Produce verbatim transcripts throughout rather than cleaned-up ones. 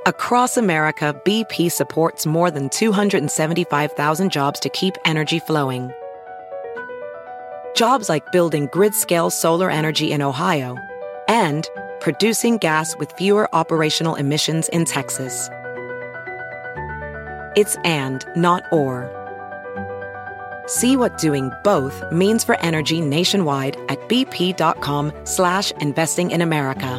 Across America, B P supports more than two hundred seventy-five thousand jobs to keep energy flowing. Jobs like building grid-scale solar energy in Ohio and producing gas with fewer operational emissions in Texas. It's and, not or. See what doing both means for energy nationwide at bp.com slash investing in America.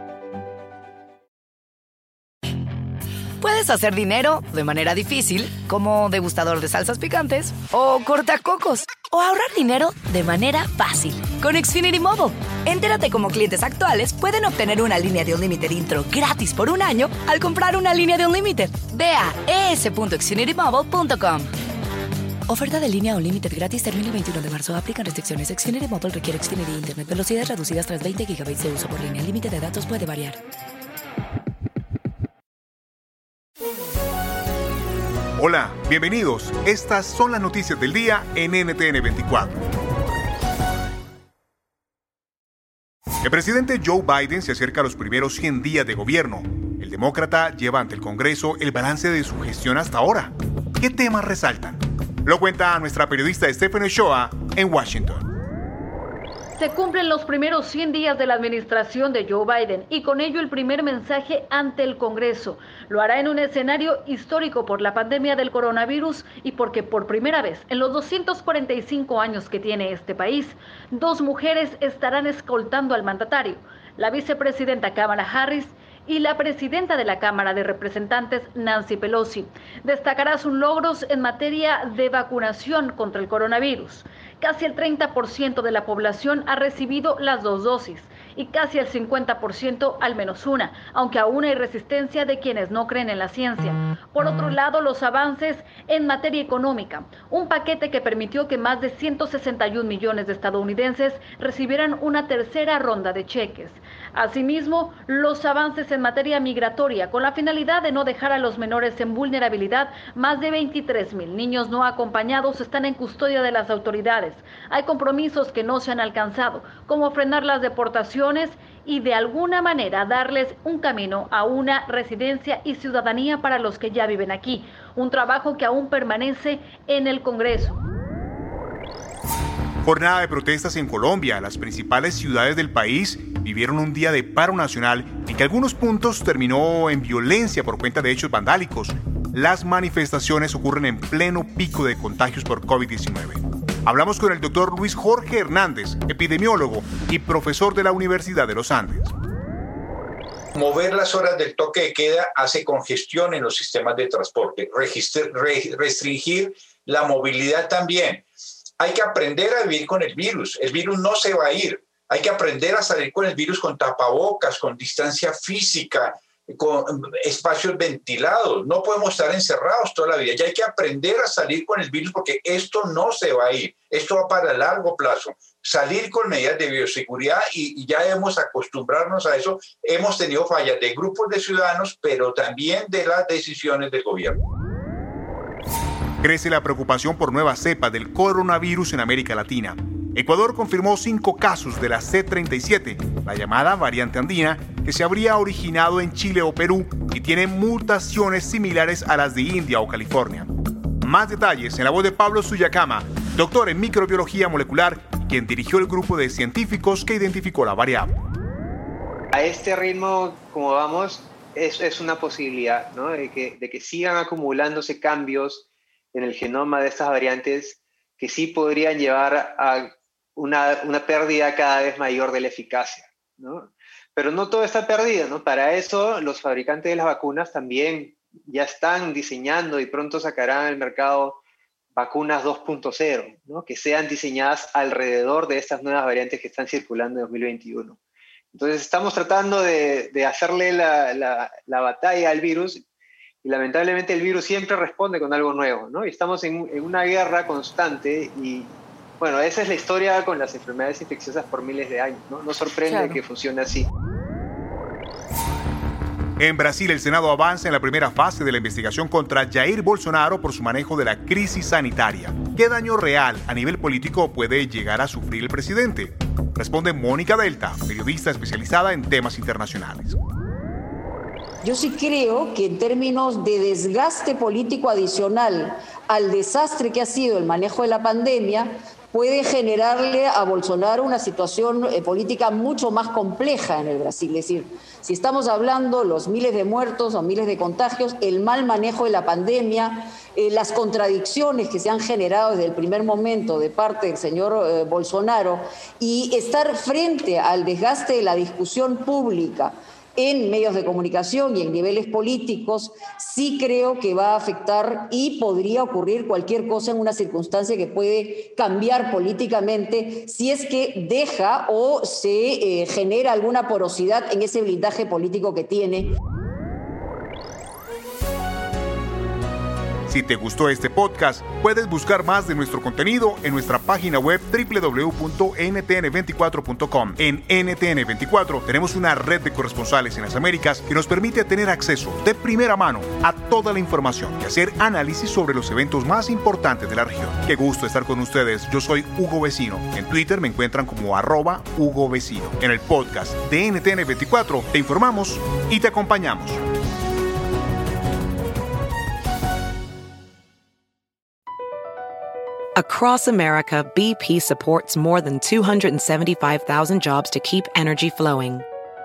Puedes hacer dinero de manera difícil, como degustador de salsas picantes, o cortacocos, o ahorrar dinero de manera fácil con Xfinity Mobile. Entérate cómo clientes actuales pueden obtener una línea de Unlimited intro gratis por un año al comprar una línea de Unlimited. Ve a e s punto xfinity mobile punto com. Oferta de línea Unlimited gratis termina el veintiuno de marzo. Aplican restricciones. Xfinity Mobile requiere Xfinity Internet. Velocidades reducidas tras veinte gigabytes de uso por línea. El límite de datos puede variar. Hola, bienvenidos. Estas son las noticias del día en N T N veinticuatro. El presidente Joe Biden se acerca a los primeros cien días de gobierno. El demócrata lleva ante el Congreso el balance de su gestión hasta ahora. ¿Qué temas resaltan? Lo cuenta nuestra periodista Stephanie Ochoa en Washington. Se cumplen los primeros cien días de la administración de Joe Biden y con ello el primer mensaje ante el Congreso. Lo hará en un escenario histórico por la pandemia del coronavirus y porque por primera vez en los doscientos cuarenta y cinco años que tiene este país, dos mujeres estarán escoltando al mandatario, la vicepresidenta Kamala Harris y la presidenta de la Cámara de Representantes, Nancy Pelosi. Destacará sus logros en materia de vacunación contra el coronavirus. Casi el treinta por ciento de la población ha recibido las dos dosis y casi el cincuenta por ciento al menos una, aunque aún hay resistencia de quienes no creen en la ciencia. Por otro lado, los avances en materia económica, un paquete que permitió que más de ciento sesenta y un millones de estadounidenses recibieran una tercera ronda de cheques. Asimismo, los avances en materia migratoria, con la finalidad de no dejar a los menores en vulnerabilidad, más de veintitrés mil niños no acompañados están en custodia de las autoridades. Hay compromisos que no se han alcanzado, como frenar las deportaciones y de alguna manera darles un camino a una residencia y ciudadanía para los que ya viven aquí, un trabajo que aún permanece en el Congreso. Jornada de protestas en Colombia. Las principales ciudades del país vivieron un día de paro nacional en que algunos puntos terminó en violencia por cuenta de hechos vandálicos. Las manifestaciones ocurren en pleno pico de contagios por COVID diecinueve. Hablamos con el doctor Luis Jorge Hernández, epidemiólogo y profesor de la Universidad de los Andes. Mover las horas del toque de queda hace congestión en los sistemas de transporte, Registr- re- restringir la movilidad también. Hay que aprender a vivir con el virus. El virus no se va a ir. Hay que aprender a salir con el virus con tapabocas, con distancia física, con espacios ventilados. No podemos estar encerrados toda la vida. Ya hay que aprender a salir con el virus porque esto no se va a ir. Esto va para largo plazo. Salir con medidas de bioseguridad y, y ya debemos acostumbrarnos a eso. Hemos tenido fallas de grupos de ciudadanos, pero también de las decisiones del gobierno. Crece la preocupación por nuevas cepas del coronavirus en América Latina. Ecuador confirmó cinco casos de la C treinta y siete, la llamada variante andina, que se habría originado en Chile o Perú y tiene mutaciones similares a las de India o California. Más detalles en la voz de Pablo Suyacama, doctor en microbiología molecular, quien dirigió el grupo de científicos que identificó la variable. A este ritmo, como vamos, es, es una posibilidad, ¿no? de, que, de que sigan acumulándose cambios en el genoma de estas variantes que sí podrían llevar a una, una pérdida cada vez mayor de la eficacia, ¿no? Pero no todo está perdido, ¿no? Para eso los fabricantes de las vacunas también ya están diseñando y pronto sacarán al mercado vacunas dos punto cero, ¿no? Que sean diseñadas alrededor de estas nuevas variantes que están circulando en dos mil veintiuno. Entonces estamos tratando de, de hacerle la, la, la batalla al virus. Y lamentablemente el virus siempre responde con algo nuevo, ¿no? Y estamos en, en una guerra constante y, bueno, esa es la historia con las enfermedades infecciosas por miles de años, ¿no? No sorprende claro. que funcione así. En Brasil, el Senado avanza en la primera fase de la investigación contra Jair Bolsonaro por su manejo de la crisis sanitaria. ¿Qué daño real a nivel político puede llegar a sufrir el presidente? Responde Mónica Delta, periodista especializada en temas internacionales. Yo sí creo que en términos de desgaste político adicional al desastre que ha sido el manejo de la pandemia, puede generarle a Bolsonaro una situación eh, política mucho más compleja en el Brasil. Es decir, si estamos hablando los miles de muertos o miles de contagios, el mal manejo de la pandemia, eh, las contradicciones que se han generado desde el primer momento de parte del señor eh, Bolsonaro y estar frente al desgaste de la discusión pública en medios de comunicación y en niveles políticos, sí creo que va a afectar y podría ocurrir cualquier cosa en una circunstancia que puede cambiar políticamente si es que deja o se eh, genera alguna porosidad en ese blindaje político que tiene. Si te gustó este podcast, puedes buscar más de nuestro contenido en nuestra página web doble u doble u doble u punto ene te ene veinticuatro punto com. En N T N veinticuatro tenemos una red de corresponsales en las Américas que nos permite tener acceso de primera mano a toda la información y hacer análisis sobre los eventos más importantes de la región. Qué gusto estar con ustedes. Yo soy Hugo Vecino. En Twitter me encuentran como arroba Hugo Vecino. En el podcast de N T N veinticuatro te informamos y te acompañamos. Across America, B P supports more than two hundred seventy-five thousand jobs to keep energy flowing.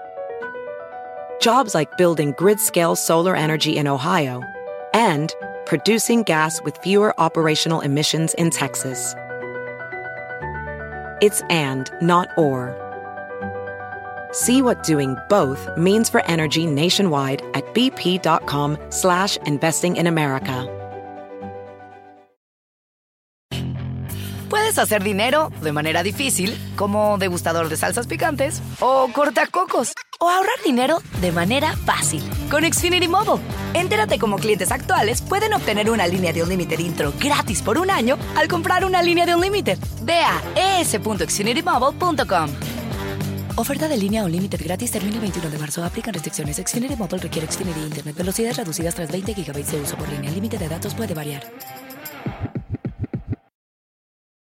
Jobs like building grid-scale solar energy in Ohio and producing gas with fewer operational emissions in Texas. It's and, not or. See what doing both means for energy nationwide at bp.com slash investing in America. Puedes hacer dinero de manera difícil, como degustador de salsas picantes, o cortacocos, o ahorrar dinero de manera fácil con Xfinity Mobile. Entérate cómo clientes actuales pueden obtener una línea de Unlimited intro gratis por un año al comprar una línea de Unlimited. Ve a e s punto xfinity mobile punto com. Oferta de línea Unlimited gratis termina el veintiuno de marzo. Aplican restricciones. Xfinity Mobile requiere Xfinity Internet. Velocidades reducidas tras veinte gigabytes de uso por línea. El límite de datos puede variar.